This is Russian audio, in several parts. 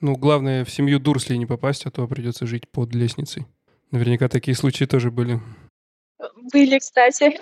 Ну, главное, в семью Дурслей не попасть, а то придется жить под лестницей. Наверняка такие случаи тоже были. Были, кстати.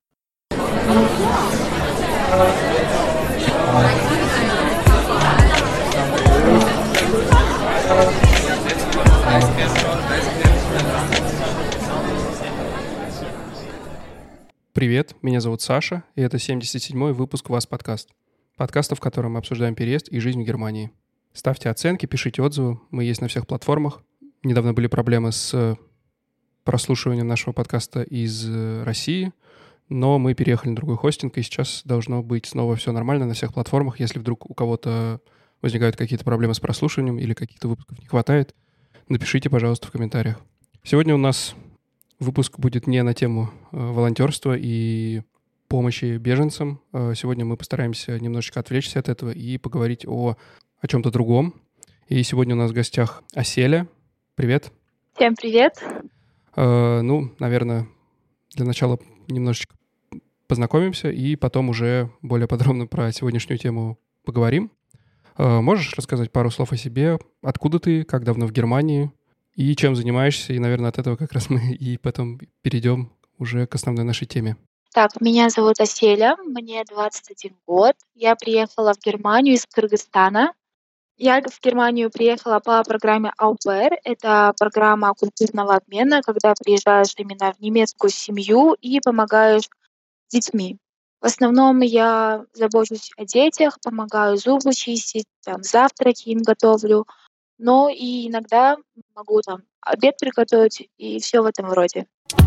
Привет, меня зовут Саша, и это 77-й выпуск «Вас подкаст». Подкаста, в котором мы обсуждаем переезд и жизнь в Германии. Ставьте оценки, пишите отзывы, мы есть на всех платформах. Недавно были проблемы с прослушиванием нашего подкаста из России, но мы переехали на другой хостинг, и сейчас должно быть снова все нормально на всех платформах. Если вдруг у кого-то возникают какие-то проблемы с прослушиванием или каких-то выпусков не хватает, напишите, пожалуйста, в комментариях. Сегодня у нас выпуск будет не на тему волонтерства и помощи беженцам. Сегодня мы постараемся немножечко отвлечься от этого и поговорить о чем-то другом. И сегодня у нас в гостях Аселя. Привет. Всем привет. Наверное, для начала немножечко познакомимся и потом уже более подробно про сегодняшнюю тему поговорим. Можешь рассказать пару слов о себе? Откуда ты? Как давно в Германии? И чем занимаешься? И, наверное, от этого как раз мы и потом перейдем уже к основной нашей теме. Так, меня зовут Аселя, мне 21 год. Я приехала в Германию из Кыргызстана. Я в Германию приехала по программе Au pair. Это программа культурного обмена, когда приезжаешь именно в немецкую семью и помогаешь с детьми. В основном я забочусь о детях, помогаю зубы чистить, завтраки им готовлю. Но и иногда могу обед приготовить и все в этом роде.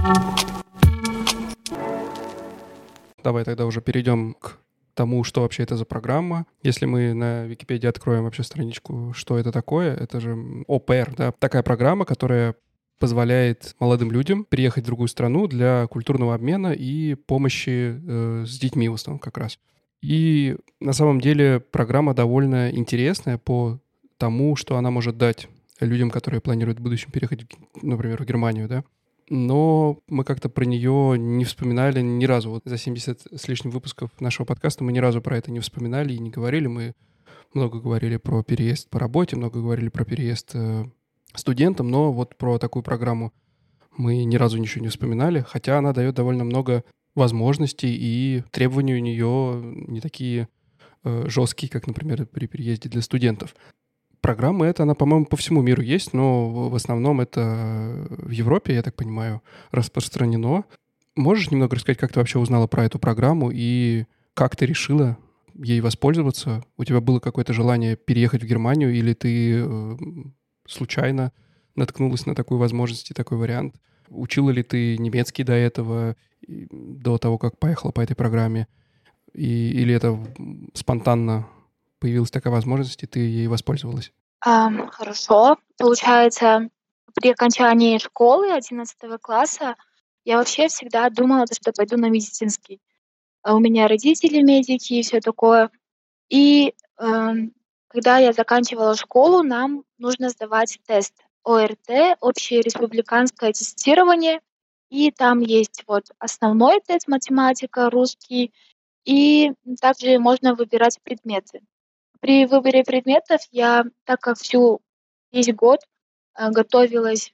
Давай тогда уже перейдем к тому, что вообще это за программа. Если мы на Википедии откроем вообще страничку, что это такое, это же Au pair, да, такая программа, которая позволяет молодым людям переехать в другую страну для культурного обмена и помощи с детьми в основном как раз. И на самом деле программа довольно интересная по тому, что она может дать людям, которые планируют в будущем переехать, например, в Германию, да. Но мы как-то про нее не вспоминали ни разу. Вот за 70 с лишним выпусков нашего подкаста мы ни разу про это не вспоминали и не говорили. Мы много говорили про переезд по работе, много говорили про переезд студентам, но вот про такую программу мы ни разу ничего не вспоминали, хотя она дает довольно много возможностей, и требования у нее не такие жесткие, как, например, при переезде для студентов. Программа эта, она, по-моему, по всему миру есть, но в основном это в Европе, я так понимаю, распространено. Можешь немного рассказать, как ты вообще узнала про эту программу и как ты решила ей воспользоваться? У тебя было какое-то желание переехать в Германию, или ты случайно наткнулась на такую возможность и такой вариант? Учила ли ты немецкий до этого, до того, как поехала по этой программе? Или это спонтанно появилась такая возможность, и ты ей воспользовалась? Хорошо. Получается, при окончании школы 11 класса я вообще всегда думала, что пойду на медицинский. У меня родители медики и все такое. И когда я заканчивала школу, нам нужно сдавать тест ОРТ, общереспубликанское тестирование. И там есть вот основной тест математика, русский, и также можно выбирать предметы. При выборе предметов я, так как весь год готовилась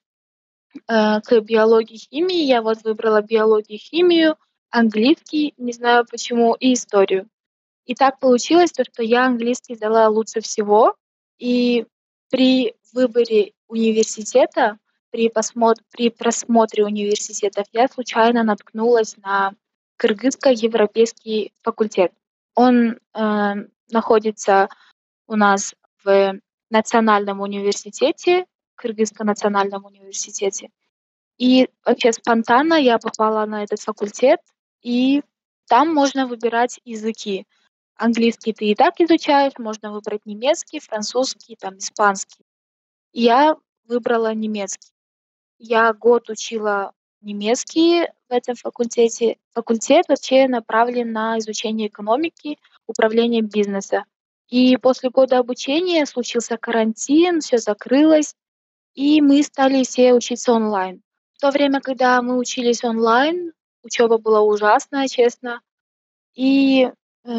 к биологии, химии, я вот выбрала биологию, химию, английский, не знаю почему, и историю. И так получилось, что я английский сдала лучше всего. И при выборе университета, при просмотре университетов я случайно наткнулась на кыргызско-европейский факультет. Он находится у нас в Национальном университете, Кыргызском национальном университете. И вообще спонтанно я попала на этот факультет, и там можно выбирать языки. Английский ты и так изучаешь, можно выбрать немецкий, французский, испанский. Я выбрала немецкий. Я год учила немецкий в этом факультете. Факультет вообще направлен на изучение экономики, управление бизнеса. И после года обучения случился карантин, все закрылось, и мы стали все учиться онлайн. В то время, когда мы учились онлайн, учеба была ужасная, честно. И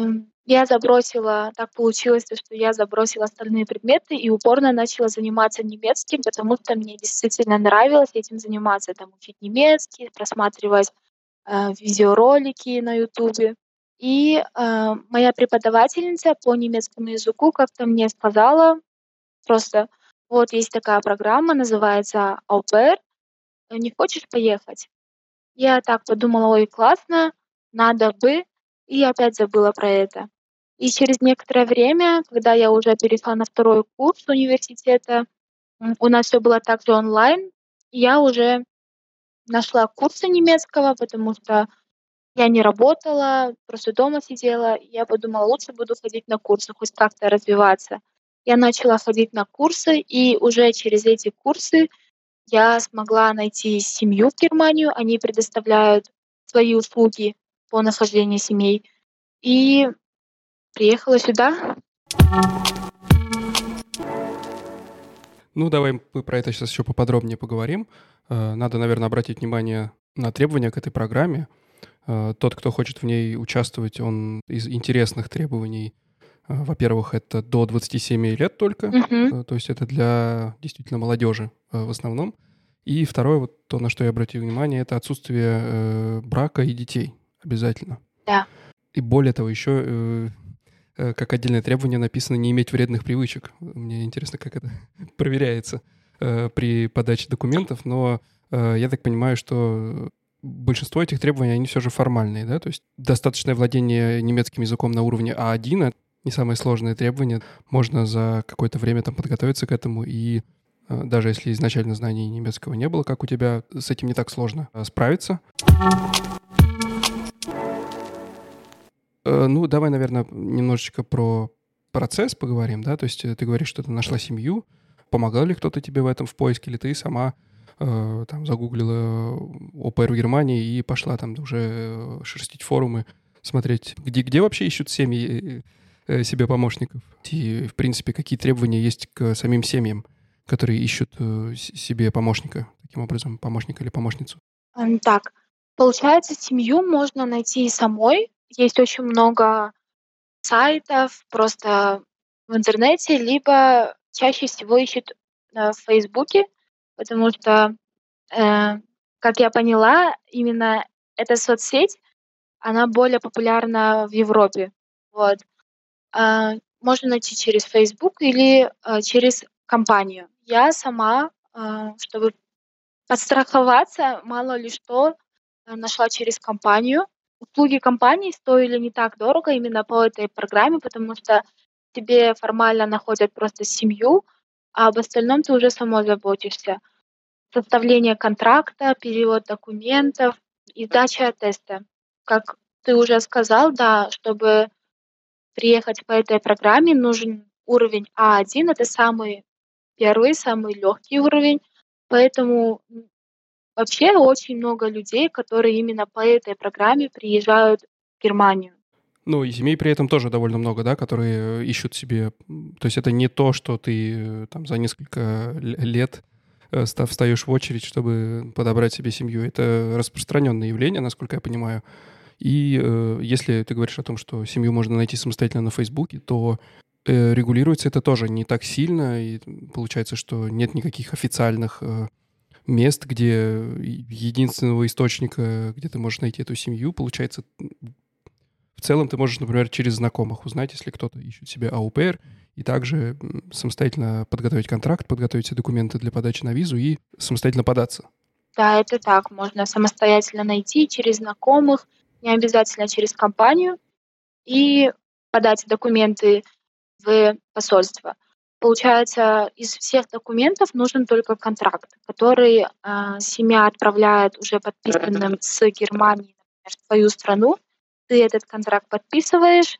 Так получилось, что я забросила остальные предметы и упорно начала заниматься немецким, потому что мне действительно нравилось этим заниматься, там, учить немецкий, просматривать видеоролики на "Ютубе". И моя преподавательница по немецкому языку как-то мне сказала просто: "Вот есть такая программа, называется Au Pair, не хочешь поехать?" Я так подумала: "Ой, классно, надо бы", и опять забыла про это. И через некоторое время, когда я уже перешла на второй курс университета, у нас все было также онлайн, и я уже нашла курсы немецкого, потому что я не работала, просто дома сидела. И я подумала: лучше буду ходить на курсы, хоть как-то развиваться. Я начала ходить на курсы, и уже через эти курсы я смогла найти семью в Германию. Они предоставляют свои услуги по нахождению семей. И приехала сюда. Ну, давай мы про это сейчас еще поподробнее поговорим. Надо, наверное, обратить внимание на требования к этой программе. Тот, кто хочет в ней участвовать, он из интересных требований. Во-первых, это до 27 лет только, Мгм. то есть это для действительно молодежи в основном. И второе, вот то, на что я обратил внимание, это отсутствие брака и детей обязательно. Да. И более того, еще как отдельное требование написано не иметь вредных привычек. Мне интересно, как это проверяется при подаче документов, но я так понимаю, что большинство этих требований, они все же формальные, да? То есть достаточное владение немецким языком на уровне А1 — это не самое сложное требование. Можно за какое-то время там подготовиться к этому, и даже если изначально знаний немецкого не было, как у тебя, с этим не так сложно справиться. Ну, давай, наверное, немножечко про процесс поговорим, да? То есть ты говоришь, что ты нашла семью. Помогал ли кто-то тебе в этом в поиске, или ты сама там загуглила ОПР в Германии и пошла там уже шерстить форумы, смотреть, где вообще ищут семьи себе помощников? И, в принципе, какие требования есть к самим семьям, которые ищут себе помощника, таким образом, помощника или помощницу? Так, получается, семью можно найти и самой. Есть очень много сайтов просто в интернете, либо чаще всего ищут в "Фейсбуке", потому что, э, как я поняла, именно эта соцсеть, она более популярна в Европе. Вот. Можно найти через "Фейсбук" или через компанию. Я сама, чтобы подстраховаться, мало ли что, нашла через компанию. Услуги компании стоили не так дорого именно по этой программе, потому что тебе формально находят просто семью, а об остальном ты уже сама заботишься. Составление контракта, перевод документов и сдача теста. Как ты уже сказал, да, чтобы приехать по этой программе, нужен уровень А1. Это самый первый, самый легкий уровень. Поэтому вообще очень много людей, которые именно по этой программе приезжают в Германию. Ну, и семей при этом тоже довольно много, да, которые ищут себе... То есть это не то, что ты там за несколько лет встаешь в очередь, чтобы подобрать себе семью. Это распространенное явление, насколько я понимаю. И если ты говоришь о том, что семью можно найти самостоятельно на Фейсбуке, то регулируется это тоже не так сильно. И получается, что нет никаких официальных мест, где единственного источника, где ты можешь найти эту семью. Получается, в целом ты можешь, например, через знакомых узнать, если кто-то ищет себе АУПР, и также самостоятельно подготовить контракт, подготовить все документы для подачи на визу и самостоятельно податься. Да, это так, можно самостоятельно найти через знакомых, не обязательно через компанию, и подать документы в посольство. Получается, из всех документов нужен только контракт, который семья отправляет уже подписанным с Германии, например, в твою страну. Ты этот контракт подписываешь,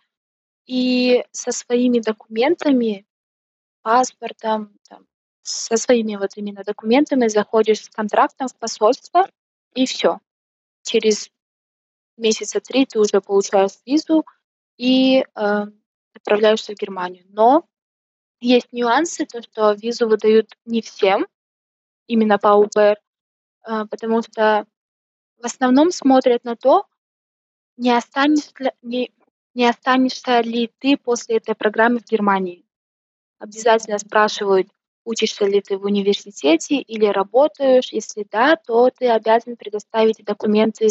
и со своими документами, паспортом, там, со своими вот именно документами заходишь с контрактом в посольство, и все. Через месяца 3 ты уже получаешь визу и отправляешься в Германию. Но есть нюансы, то, что визу выдают не всем, именно по УПР, потому что в основном смотрят на то, не останешься ли, не останешься ли ты после этой программы в Германии. Обязательно спрашивают, учишься ли ты в университете или работаешь. Если да, то ты обязан предоставить документы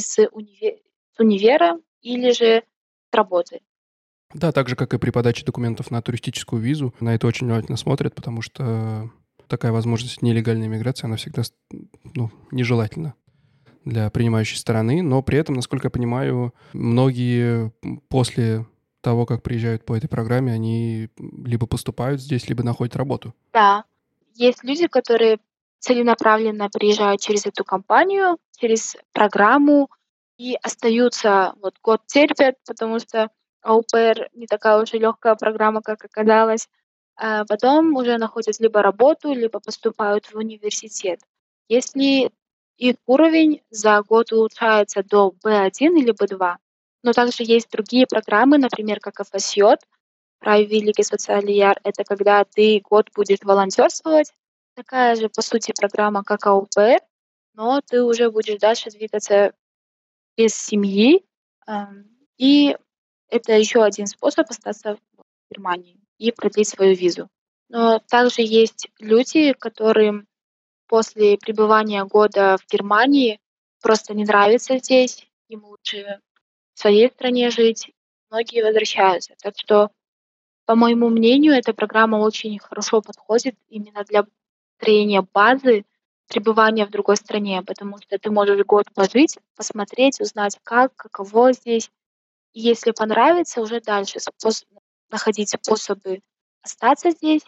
с универа или же с работы. Да, так же, как и при подаче документов на туристическую визу, на это очень внимательно смотрят, потому что такая возможность нелегальной миграции, она всегда нежелательна для принимающей стороны, но при этом, насколько я понимаю, многие после того, как приезжают по этой программе, они либо поступают здесь, либо находят работу. Да, есть люди, которые целенаправленно приезжают через эту компанию, через программу и остаются, вот год терпят, потому что АУПР не такая уж и легкая программа, как оказалось. А потом уже находят либо работу, либо поступают в университет. Если их уровень за год улучшается до B1 или B2, но также есть другие программы, например, как ФСЙ, Freiwillige социальный яр — это когда ты год будешь волонтерствовать. Такая же, по сути, программа, как АУПР, но ты уже будешь дальше двигаться без семьи. Ам, и это еще один способ остаться в Германии и продлить свою визу. Но также есть люди, которым после пребывания года в Германии просто не нравится здесь, им лучше в своей стране жить. Многие возвращаются. Так что, по моему мнению, эта программа очень хорошо подходит именно для строения базы пребывания в другой стране, потому что ты можешь год пожить, посмотреть, узнать, как, каково здесь. И если понравится, уже дальше находить способы остаться здесь,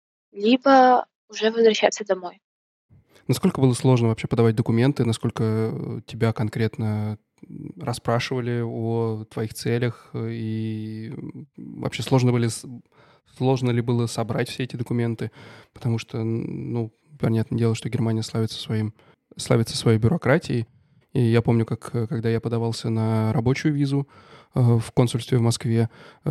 либо уже возвращаться домой. Насколько было сложно вообще подавать документы? Насколько тебя конкретно расспрашивали о твоих целях? И вообще сложно ли было собрать все эти документы? Потому что, понятное дело, что Германия славится своей бюрократией. И я помню, когда я подавался на рабочую визу в консульстве в Москве,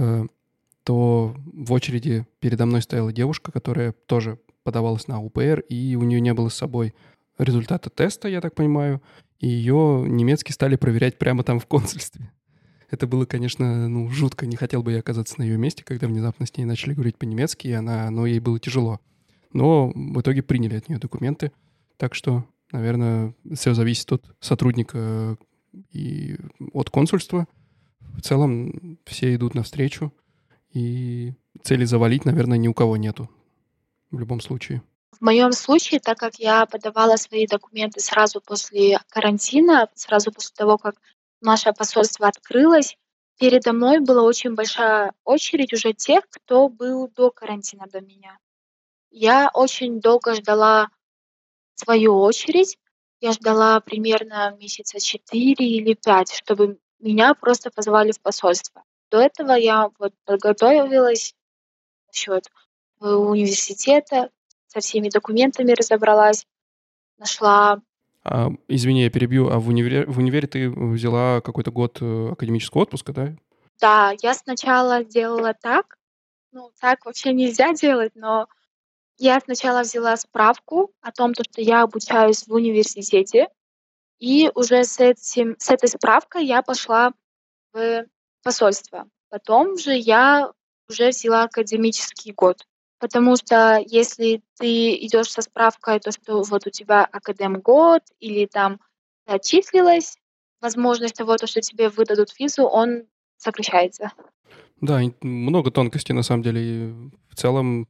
то в очереди передо мной стояла девушка, которая тоже подавалась на УПР, и у нее не было с собой результата теста, я так понимаю, и ее немецкий стали проверять прямо там в консульстве. Это было, конечно, жутко. Не хотел бы я оказаться на ее месте, когда внезапно с ней начали говорить по-немецки, ей было тяжело. Но в итоге приняли от нее документы. Так что, наверное, все зависит от сотрудника и от консульства. В целом все идут навстречу. И цели завалить, наверное, ни у кого нету в любом случае. В моем случае, так как я подавала свои документы сразу после карантина, сразу после того, как наше посольство открылось, передо мной была очень большая очередь уже тех, кто был до карантина, до меня. Я очень долго ждала свою очередь. Я ждала примерно месяца 4 или 5, чтобы меня просто позвали в посольство. До этого я вот подготовилась насчет университета, со всеми документами разобралась, нашла. Извини, я перебью. В универе ты взяла какой-то год академического отпуска, да? Да, я сначала сделала так, ну, так вообще нельзя делать, но я сначала взяла справку о том, то, что я обучаюсь в университете, и уже с этой справкой я пошла в посольство. Потом же я уже взяла академический год. Потому что если ты идешь со справкой, то, что вот у тебя академгод или там ты отчислилась, возможность того, то, что тебе выдадут визу, он сокращается. Да, много тонкостей на самом деле. И в целом,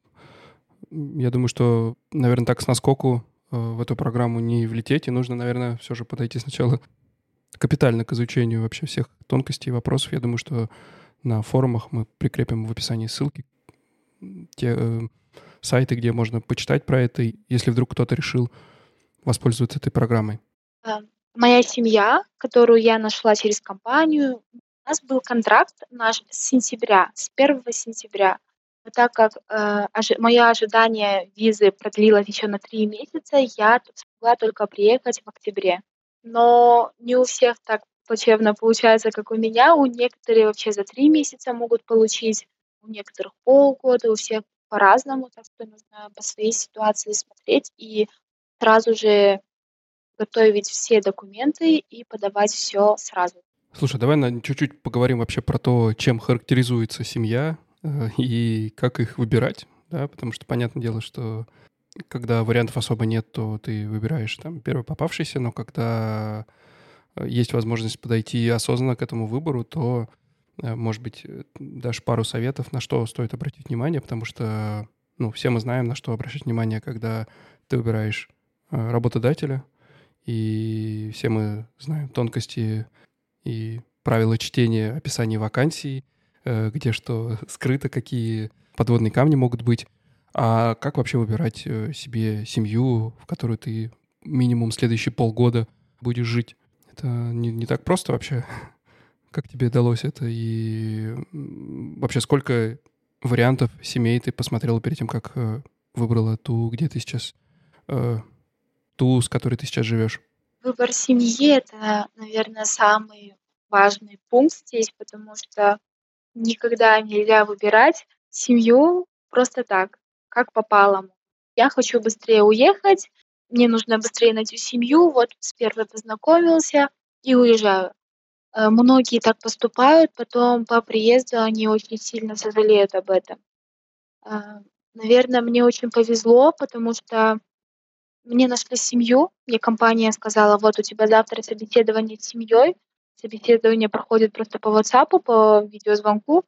я думаю, что, наверное, так с наскоку в эту программу не влететь, и нужно, наверное, все же подойти сначала капитально к изучению вообще всех тонкостей и вопросов. Я думаю, что на форумах мы прикрепим в описании ссылки, те сайты, где можно почитать про это, если вдруг кто-то решил воспользоваться этой программой. Моя семья, которую я нашла через компанию, у нас был контракт наш с сентября, с 1 сентября. Но так как мое ожидание визы продлилось еще на 3 месяца, я смогла только приехать в октябре. Но не у всех так плачевно получается, как у меня. У некоторых вообще за 3 месяца могут получить, у некоторых полгода, у всех по-разному. Так что нужно по своей ситуации смотреть и сразу же готовить все документы и подавать все сразу. Слушай, давай чуть-чуть поговорим вообще про то, чем характеризуется семья, и как их выбирать, да, потому что понятное дело, что когда вариантов особо нет, то ты выбираешь там первый попавшийся, но когда есть возможность подойти осознанно к этому выбору, то, может быть, дашь пару советов, на что стоит обратить внимание, потому что, ну, все мы знаем, на что обращать внимание, когда ты выбираешь работодателя, и все мы знаем тонкости и правила чтения описаний вакансий, где что скрыто, какие подводные камни могут быть. А как вообще выбирать себе семью, в которую ты минимум следующие полгода будешь жить? Это не так просто вообще. Как тебе удалось это? И вообще сколько вариантов семей ты посмотрела перед тем, как выбрала ту, где ты сейчас, э, ту, с которой ты сейчас живешь? Выбор семьи — это, наверное, самый важный пункт здесь, потому что никогда нельзя выбирать семью просто так, как попало. Я хочу быстрее уехать, мне нужно быстрее найти семью, вот с первой познакомился и уезжаю. Многие так поступают, потом по приезду они очень сильно сожалеют об этом. А, Наверно, мне очень повезло, потому что мне нашли семью. Мне компания сказала: "Вот у тебя завтра собеседование с семьей". Собеседование проходит просто по "Ватсапу", по видеозвонку.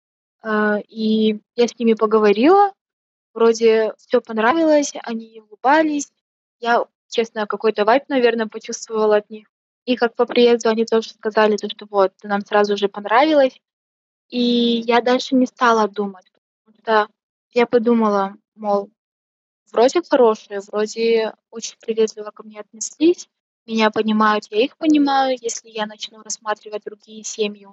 И я с ними поговорила. Вроде всё понравилось, они улыбались. Я, честно, какой-то вайб, наверно, почувствовала от них. И как по приезду они тоже сказали то, что вот ты нам сразу же понравилась. И я дальше не стала думать, потому что я подумала, мол, вроде хорошие, вроде очень приветливо ко мне отнеслись, меня понимают, я их понимаю. Если я начну рассматривать другие семьи,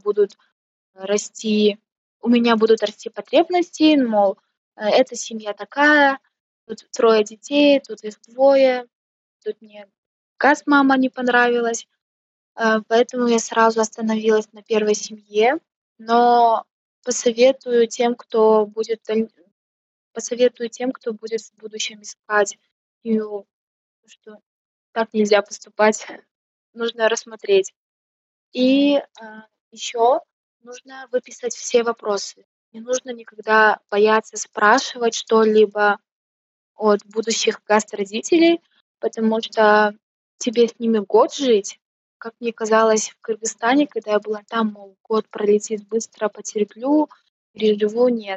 расти у меня будут расти потребности, мол, эта семья такая, тут трое детей, тут их двое, тут мне мама не понравилась. Поэтому я сразу остановилась на первой семье, но посоветую тем, кто будет даль посоветую тем, кто будет в будущем искать семью, что так нельзя поступать, нужно рассмотреть. И, еще нужно выписать все вопросы. Не нужно никогда бояться спрашивать что-либо от будущих родителей, потому что тебе с ними год жить. Как мне казалось в Кыргызстане, когда я была там, мол, год пролетит быстро, потерплю, переживу. Нет.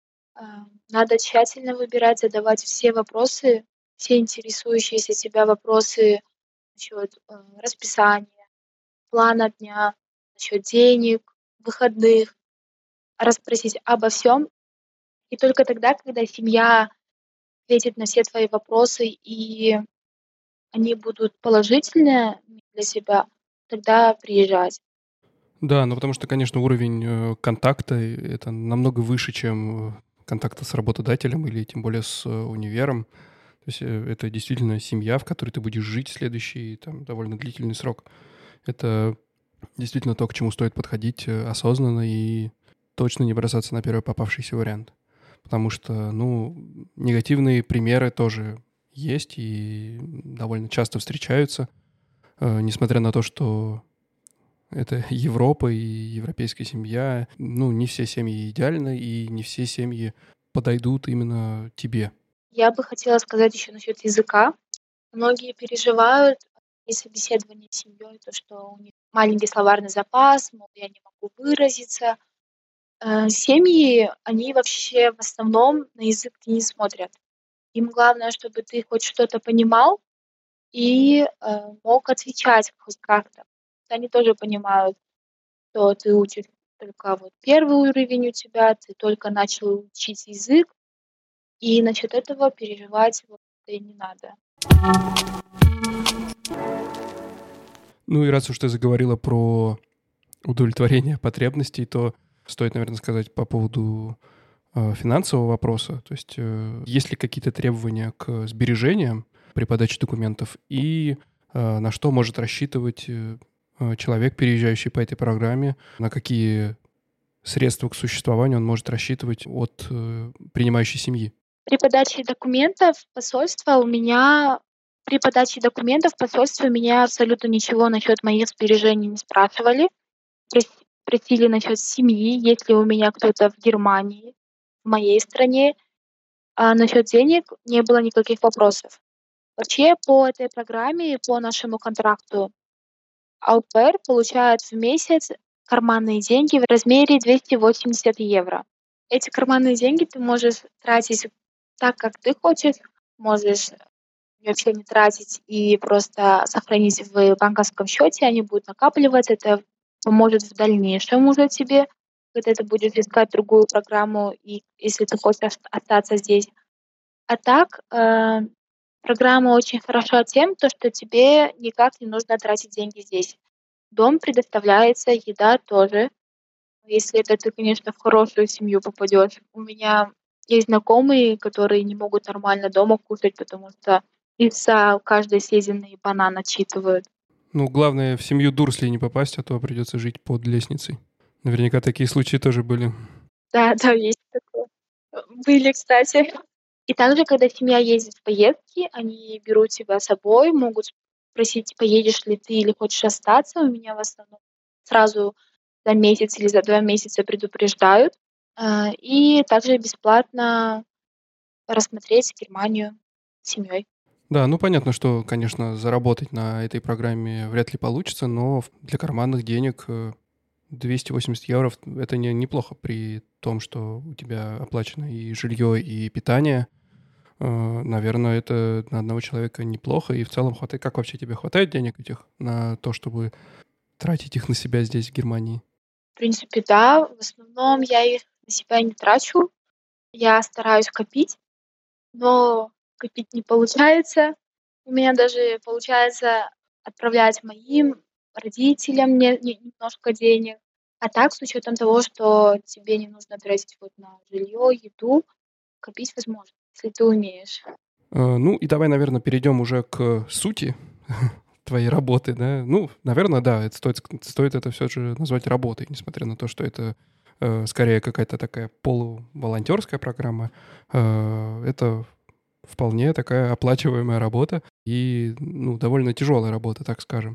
Надо тщательно выбирать, задавать все вопросы, все интересующиеся тебя вопросы насчет, расписания, плана дня, насчет денег, выходных, расспросить обо всем. И только тогда, когда семья ответит на все твои вопросы и они будут положительные для себя, тогда приезжать. Да, ну потому что, конечно, уровень контакта это намного выше, чем контакта с работодателем или тем более с универом. То есть это действительно семья, в которой ты будешь жить следующий там довольно длительный срок. Это действительно то, к чему стоит подходить осознанно и точно не бросаться на первый попавшийся вариант. Потому что, ну, негативные примеры тоже есть и довольно часто встречаются, несмотря на то, что это Европа и европейская семья. Ну, не все семьи идеальны, и не все семьи подойдут именно тебе. Я бы хотела сказать еще насчет языка. Многие переживают при собеседовании с семьей, то, что у них маленький словарный запас, мол, я не могу выразиться. Семьи, они вообще в основном на язык не смотрят. Им главное, чтобы ты хоть что-то понимал и, мог отвечать хоть как-то. Они тоже понимают, что ты учишь только вот первый уровень у тебя, ты только начал учить язык, и насчет этого переживать вот и не надо. Ну и раз уж ты заговорила про удовлетворение потребностей, то стоит, наверное, сказать по поводу финансового вопроса. То есть есть ли какие-то требования к сбережениям при подаче документов и на что может рассчитывать человек, переезжающий по этой программе, на какие средства к существованию он может рассчитывать от принимающей семьи? При подаче документов в посольство у меня При подаче документов в посольство меня абсолютно ничего насчет моих сбережений не спрашивали. Спросили насчет семьи, есть ли у меня кто-то в Германии, в моей стране. А насчет денег не было никаких вопросов. Вообще по этой программе, по нашему контракту, ау-пэр получает в месяц карманные деньги в размере 280 евро. Эти карманные деньги ты можешь тратить так, как ты хочешь. Можешь вообще не тратить и просто сохранить в банковском счете, они будут накапливаться. Это поможет в дальнейшем уже тебе, когда ты будешь искать другую программу, и если ты хочешь остаться здесь. А так, программа очень хороша тем, то, что тебе никак не нужно тратить деньги здесь. Дом предоставляется, еда тоже. Если это ты, конечно, в хорошую семью попадешь. У меня есть знакомые, которые не могут нормально дома кушать, потому что из-за каждой съеденной банан отчитывают. Ну, главное, в семью Дурсли не попасть, а то придется жить под лестницей. Наверняка такие случаи тоже были. Да, да, есть такое. Были, кстати. И также, когда семья ездит в поездки, они берут тебя с собой, могут спросить, поедешь ли ты или хочешь остаться. У меня в основном сразу за месяц или за 2 месяца предупреждают. И также бесплатно рассмотреть Германию с семьей. Да, ну понятно, что, конечно, заработать на этой программе вряд ли получится, но для карманных денег 280 евро — это неплохо при том, что у тебя оплачено и жилье, и питание. Наверное, это на одного человека неплохо, и в целом хватает. Как вообще тебе хватает денег этих на то, чтобы тратить их на себя здесь, в Германии? В принципе, да. В основном я их на себя не трачу. Я стараюсь копить, но копить не получается. У меня даже получается отправлять моим родителям немножко денег. А так, с учетом того, что тебе не нужно тратить вот на жилье, еду, копить возможно, если ты умеешь. Ну и давай, наверное, перейдем уже к сути твоей работы, да. Ну, наверное, да, это стоит это все же назвать работой, несмотря на то, что это скорее какая-то такая полуволонтерская программа. Это вполне такая оплачиваемая работа и, ну, довольно тяжелая работа, так скажем.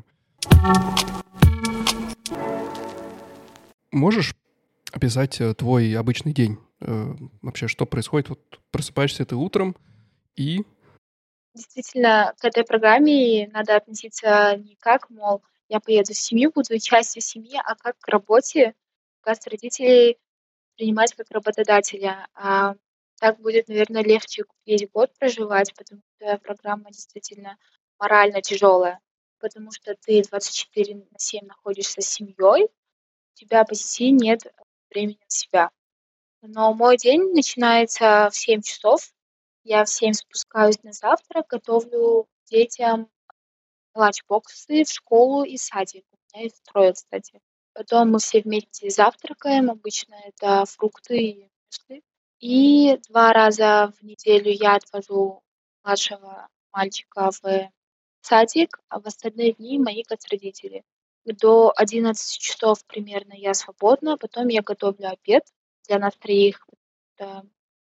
Можешь описать твой обычный день? Вообще, что происходит? Вот просыпаешься ты утром и... Действительно, к этой программе надо относиться не как, мол, я поеду в семью, буду частью семьи, а как к работе, как с родителей принимать как работодателя. Так будет, наверное, легче весь год проживать, потому что программа действительно морально тяжелая, потому что ты 24/7 находишься с семьей, у тебя почти нет времени на себя. Но мой день начинается в 7 часов. Я в 7 спускаюсь на завтрак, готовлю детям ланчбоксы в школу и садик. У меня их 3, кстати. Потом мы все вместе завтракаем. Обычно это фрукты и мюсли. И 2 раза в неделю я отвожу младшего мальчика в садик, а в остальные дни мои родители. До 11 часов примерно я свободна, потом я готовлю обед для нас троих. Да,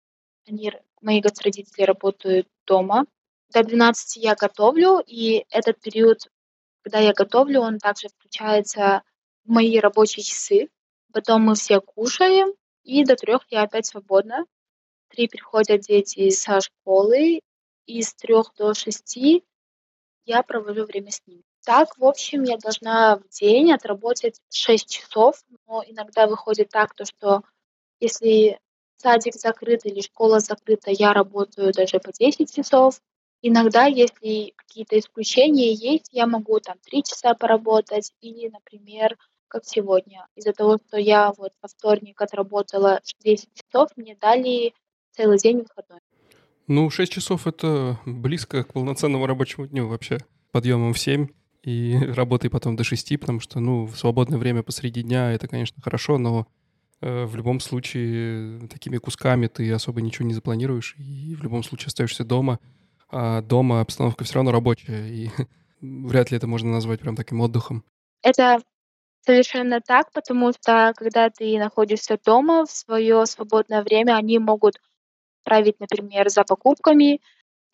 мои родители работают дома. До 12 я готовлю, и этот период, когда я готовлю, он также включается в мои рабочие часы. Потом мы все кушаем, и до 3 я опять свободна. В 3 приходят дети со школы, и с 3 до 6 я провожу время с ними. Так, в общем, я должна в день отработать 6 часов, но иногда выходит так, то что если садик закрыт или школа закрыта, я работаю даже по 10 часов. Иногда, если какие-то исключения есть, я могу там 3 часа поработать или, например, как сегодня. Из-за того, что я вот во вторник отработала 10 часов, мне дали целый день выходной. Ну, 6 часов — это близко к полноценному рабочему дню вообще. Подъемом в 7 и работой потом до 6, потому что, ну, в свободное время посреди дня — это, конечно, хорошо, но в любом случае такими кусками ты особо ничего не запланируешь, и в любом случае остаешься дома, а дома обстановка все равно рабочая, и вряд ли это можно назвать прям таким отдыхом. Это совершенно так, потому что когда ты находишься дома в свое свободное время, они могут отправить, например, за покупками,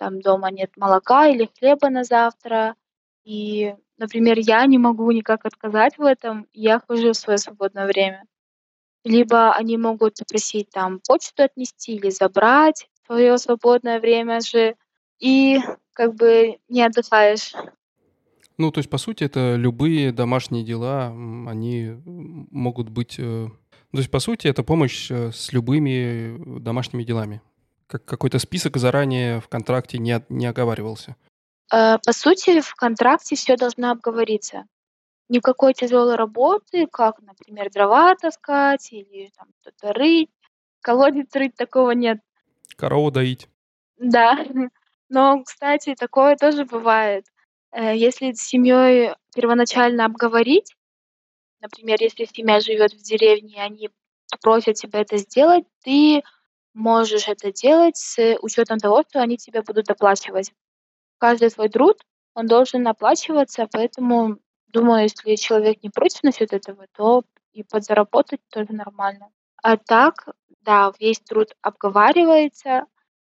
там дома нет молока или хлеба на завтра. И, например, я не могу никак отказать в этом, я хожу в свое свободное время. Либо они могут попросить там почту отнести или забрать в твоё свободное время же, и как бы не отдыхаешь. Ну, то есть, по сути, это любые домашние дела, они могут быть... То есть, по сути, это помощь с любыми домашними делами. Как какой-то список заранее в контракте не оговаривался. По сути, в контракте все должно обговориться. Никакой тяжелой работы, как, например, дрова таскать или там что-то рыть, колодец рыть, такого нет. Корову доить. Да, но, кстати, такое тоже бывает. Если с семьей первоначально обговорить, например, если семья живет в деревне, и они просят тебя это сделать, ты можешь это делать с учетом того, что они тебе будут доплачивать. Каждый твой труд, он должен оплачиваться, поэтому, думаю, если человек не против насчет этого, то и подзаработать тоже нормально. А так, да, весь труд обговаривается,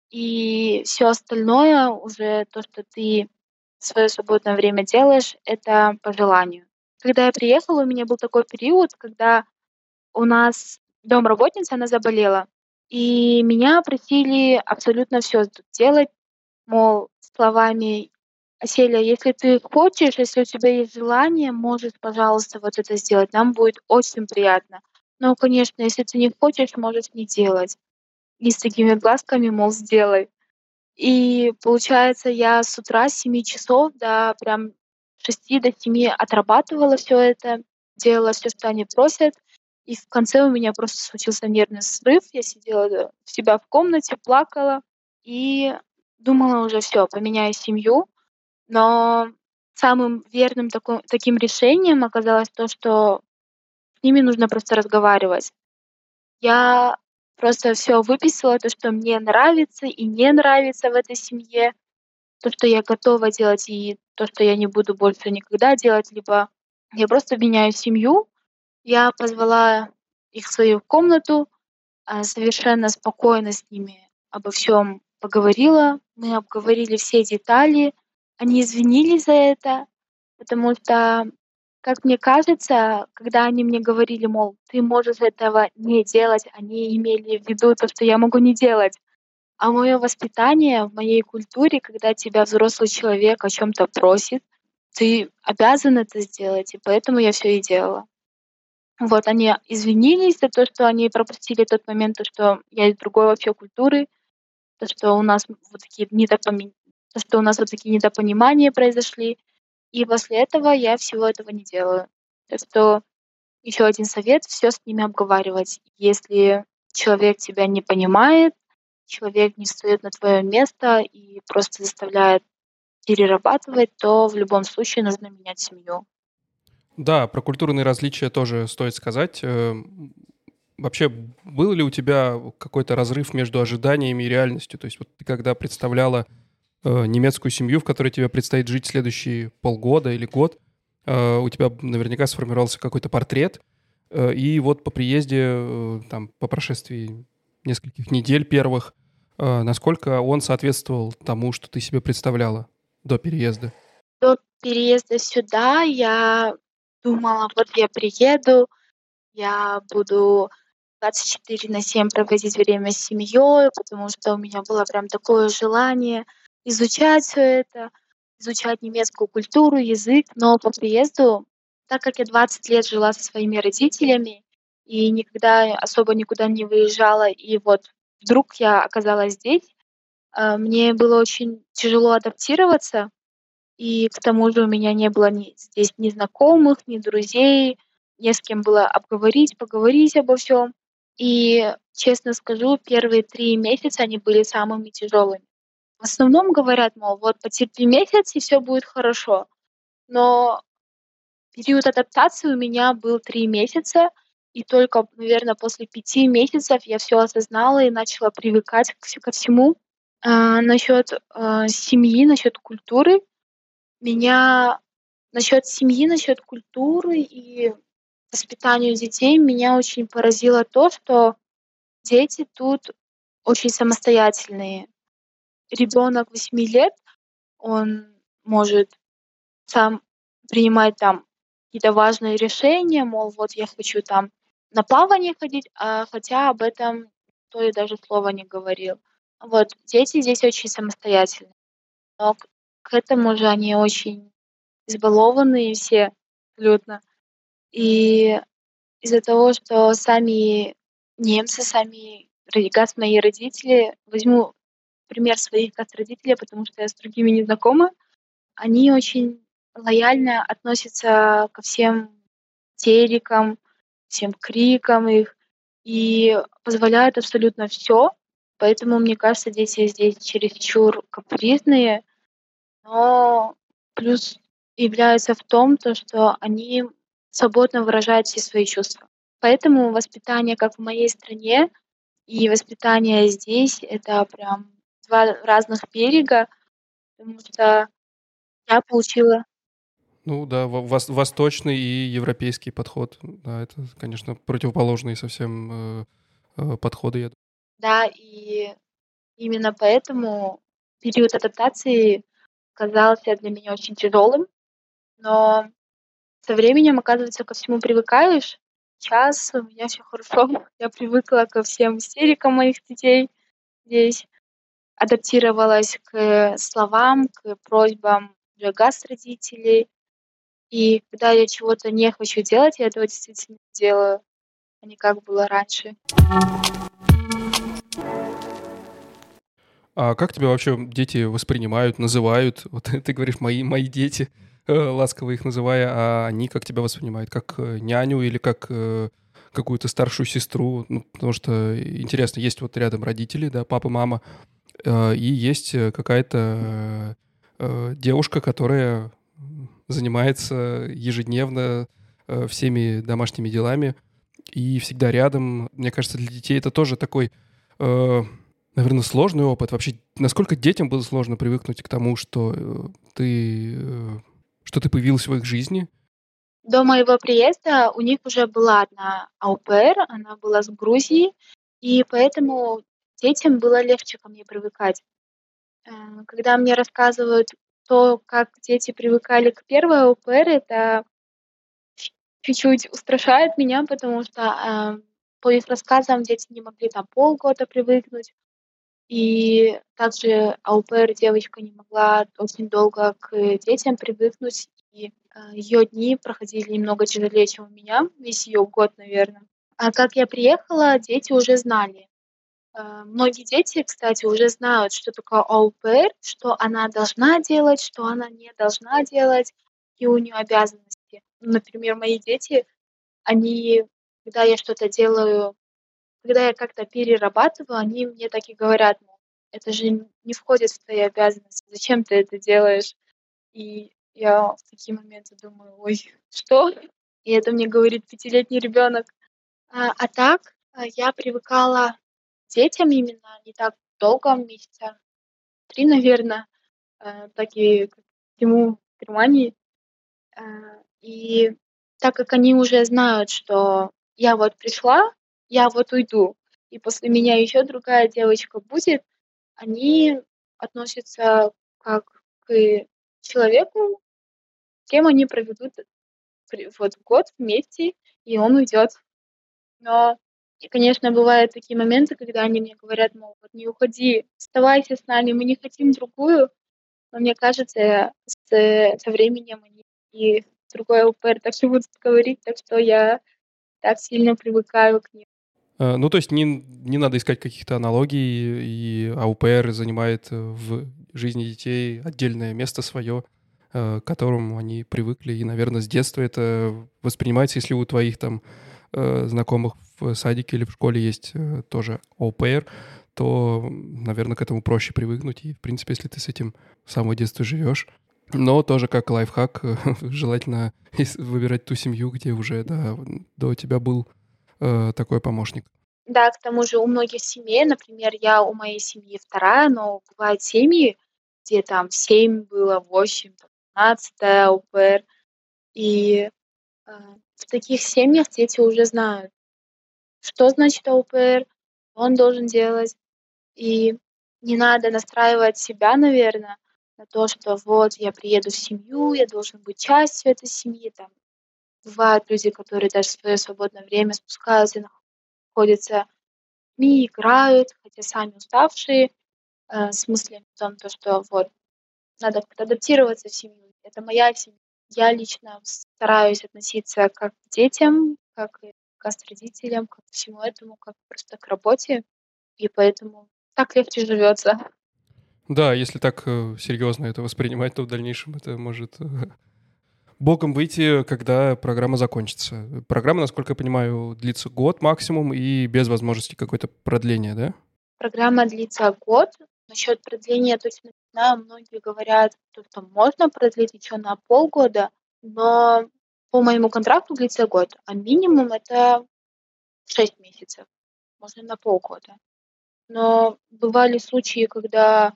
и все остальное уже то, что ты в своё свободное время делаешь, это по желанию. Когда я приехала, у меня был такой период, когда у нас домработница, она заболела, и меня просили абсолютно все тут делать, мол, словами: "Аселя, если ты хочешь, если у тебя есть желание, можешь, пожалуйста, вот это сделать. Нам будет очень приятно. Но, конечно, если ты не хочешь, можешь не делать". И с такими глазками, мол, сделай. И получается, я с утра с 7 часов до прям 6 до 7 отрабатывала все это, делала все, что они просят. И в конце у меня просто случился нервный срыв. Я сидела, у себя в комнате, плакала и думала уже: все, поменяю семью. Но самым верным таким решением оказалось то, что с ними нужно просто разговаривать. Я просто все выписала, то, что мне нравится и не нравится в этой семье, то, что я готова делать, и то, что я не буду больше никогда делать, либо я просто меняю семью. Я позвала их в свою комнату, совершенно спокойно с ними обо всем поговорила. Мы обговорили все детали. Они извинились за это, потому что, как мне кажется, когда они мне говорили, мол, ты можешь этого не делать, они имели в виду то, что я могу не делать. А мое воспитание в моей культуре, когда тебя взрослый человек о чем то просит, ты обязан это сделать, и поэтому я все и делала. Вот они извинились за то, что они пропустили тот момент, то, что я из другой вообще культуры, то, что у нас вот такие то, что у нас вот такие недопонимания произошли. И после этого я всего этого не делаю. Так что еще один совет: все с ними обговаривать. Если человек тебя не понимает, человек не встаёт на твое место и просто заставляет перерабатывать, то в любом случае нужно менять семью. Да, про культурные различия тоже стоит сказать. Вообще, был ли у тебя какой-то разрыв между ожиданиями и реальностью? То есть вот ты когда представляла немецкую семью, в которой тебе предстоит жить следующие полгода или год, у тебя наверняка сформировался какой-то портрет, и вот по приезде, там, по прошествии нескольких недель первых, насколько он соответствовал тому, что ты себе представляла до переезда? До переезда сюда я думала: вот я приеду, я буду 24/7 проводить время с семьей, потому что у меня было прям такое желание изучать все это, изучать немецкую культуру, язык. Но по приезду, так как я 20 лет жила со своими родителями и никогда особо никуда не выезжала, и вот вдруг я оказалась здесь, мне было очень тяжело адаптироваться. И к тому же у меня не было здесь ни знакомых, ни друзей, не с кем было обговорить, поговорить обо всем. И, честно скажу, первые 3 месяца они были самыми тяжелыми. В основном говорят, мол, вот потерпи месяц, и все будет хорошо. Но период адаптации у меня был 3 месяца, и только, наверное, после 5 месяцев я все осознала и начала привыкать ко всему. Насчет, семьи, насчет культуры. Меня насчет семьи, насчет культуры и воспитанию детей меня очень поразило то, что дети тут очень самостоятельные. ребенок 8 лет, он может сам принимать там какие-то важные решения, мол, вот я хочу там на плавание ходить, хотя об этом никто и даже слова не говорил. Вот дети здесь очень самостоятельные, но к этому же они очень избалованные все абсолютно. И из-за того, что сами немцы, сами мои родители, возьму пример своих родителей, потому что я с другими не знакома, они очень лояльно относятся ко всем истерикам, всем крикам их и позволяют абсолютно все. Поэтому, мне кажется, дети здесь чересчур капризные, но плюс является в том, то, что они свободно выражают все свои чувства. Поэтому воспитание, как в моей стране, и воспитание здесь — это прям 2 разных берега, потому что я получила. Ну да, восточный и европейский подход. Да, это, конечно, противоположные совсем подходы, я Да, и именно поэтому период адаптации казался для меня очень тяжелым, но со временем, оказывается, ко всему привыкаешь. Сейчас у меня все хорошо. Я привыкла ко всем истерикам моих детей здесь, адаптировалась к словам, к просьбам уже родителей. И когда я чего-то не хочу делать, я этого действительно делаю, а не как было раньше. А как тебя вообще дети воспринимают, называют? Вот ты говоришь, мои дети, ласково их называя, а они как тебя воспринимают? Как няню или как какую-то старшую сестру? Ну, потому что интересно, есть вот рядом родители, да, папа, мама, и есть какая-то девушка, которая занимается ежедневно всеми домашними делами и всегда рядом. Мне кажется, для детей это тоже такой, наверное, сложный опыт. Вообще, насколько детям было сложно привыкнуть к тому, что что ты появился в их жизни? До моего приезда у них уже была одна ау-пэр, она была с Грузии, и поэтому детям было легче ко мне привыкать. Э, Когда мне рассказывают то, как дети привыкали к первой ау-пэр, это чуть-чуть устрашает меня, потому что, по их рассказам дети не могли там полгода привыкнуть. И также ау-пэр девочка не могла очень долго к детям привыкнуть, и, её дни проходили немного тяжелее, чем у меня, весь её год, наверно. А как я приехала, дети уже знали. Многие дети, кстати, уже знают, что такое ау-пэр, что она должна делать, что она не должна делать, какие у неё обязанности. Например, мои дети, они, когда я что-то делаю, когда я как-то перерабатываю, они мне так и говорят, мол: "Это же не входит в твои обязанности. Зачем ты это делаешь?" И я в такие моменты думаю: "Ой, что?" И это мне говорит пятилетний ребенок. А так, я привыкала к детям именно не так долго, месяца 3, наверно, так и к всему Германии. Э, и так как они уже знают, что я вот пришла, я вот уйду, и после меня еще другая девочка будет, они относятся как к человеку, с кем они проведут вот год вместе, и он уйдет. Но, и, конечно, бывают такие моменты, когда они мне говорят, мол, вот не уходи, оставайся с нами, мы не хотим другую. Но мне кажется, со временем они и другой ЛПР так же будут говорить, так что я так сильно привыкаю к ним. Ну, то есть не надо искать каких-то аналогий, и АУПР занимает в жизни детей отдельное место свое, к которому они привыкли. И, наверное, с детства это воспринимается, если у твоих там знакомых в садике или в школе есть тоже АУПР, то, наверное, к этому проще привыкнуть. И, в принципе, если ты с этим с самого детства живешь. Но тоже как лайфхак, желательно выбирать ту семью, где уже, да, до тебя был такой помощник. Да, к тому же у многих семей, например, я у моей семьи вторая, но бывают семьи, где там 7 было, 8, там 15 ЛПР. И в таких семьях дети уже знают, что значит ЛПР, что он должен делать. И не надо настраивать себя, наверное, на то, что вот я приеду в семью, я должен быть частью этой семьи. Там бывают люди, которые даже в свое свободное время спускаются, находятся в СМИ, играют, хотя сами уставшие, с мыслями о том, то, что вот надо как-то адаптироваться в семью. Это моя семья. Я лично стараюсь относиться как к детям, как и с родителям, как к всему этому, как просто к работе, и поэтому так легче живется. Да, если так серьезно это воспринимать, то в дальнейшем это может боком выйти, когда программа закончится. Программа, насколько я понимаю, длится год максимум и без возможности какой-то продления, да? Программа длится год. Насчет продления я точно не знаю. Многие говорят, что можно продлить еще на полгода, но по моему контракту длится год, а минимум это 6 месяцев, можно на полгода. Но бывали случаи, когда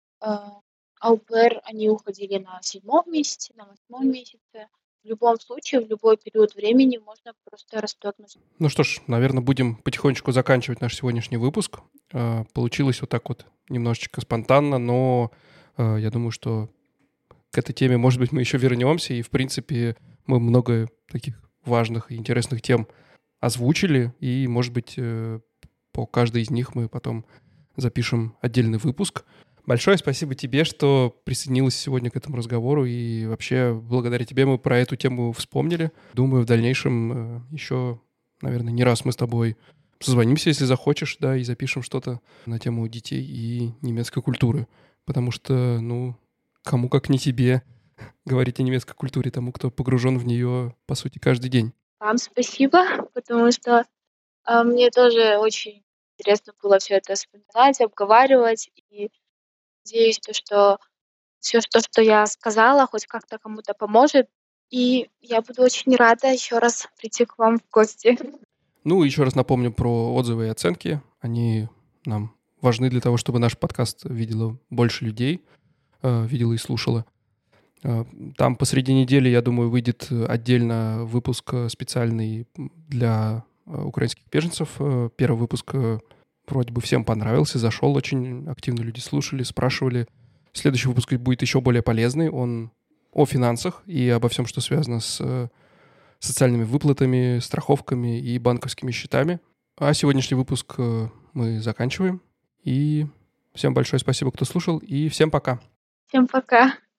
АУПР, они уходили на 7-м месяце, на 8-м месяце. В любом случае, в любой период времени можно просто расторгнуть. Ну что ж, наверное, будем потихонечку заканчивать наш сегодняшний выпуск. Получилось вот так вот немножечко спонтанно, но я думаю, что к этой теме, может быть, мы еще вернемся. И, в принципе, мы много таких важных и интересных тем озвучили. И, может быть, по каждой из них мы потом запишем отдельный выпуск. Большое спасибо тебе, что присоединилась сегодня к этому разговору. И вообще, благодаря тебе мы про эту тему вспомнили. Думаю, в дальнейшем еще, наверное, не раз мы с тобой созвонимся, если захочешь, да, и запишем что-то на тему детей и немецкой культуры. Потому что, ну, кому как не тебе говорить о немецкой культуре, тому, кто погружен в нее, по сути, каждый день. Вам спасибо, потому что мне тоже очень интересно было все это вспоминать, обговаривать. И надеюсь, что все, что я сказала, хоть как-то кому-то поможет. И я буду очень рада еще раз прийти к вам в гости. Ну, еще раз напомню про отзывы и оценки. Они нам важны для того, чтобы наш подкаст видело больше людей, видело и слушало. Там посреди недели, я думаю, выйдет отдельно выпуск специальный для украинских беженцев. Первый выпуск вроде бы всем понравился, зашел очень активно, люди слушали, спрашивали. Следующий выпуск будет еще более полезный. Он о финансах и обо всем, что связано с социальными выплатами, страховками и банковскими счетами. А сегодняшний выпуск мы заканчиваем. И всем большое спасибо, кто слушал, и всем пока. Всем пока.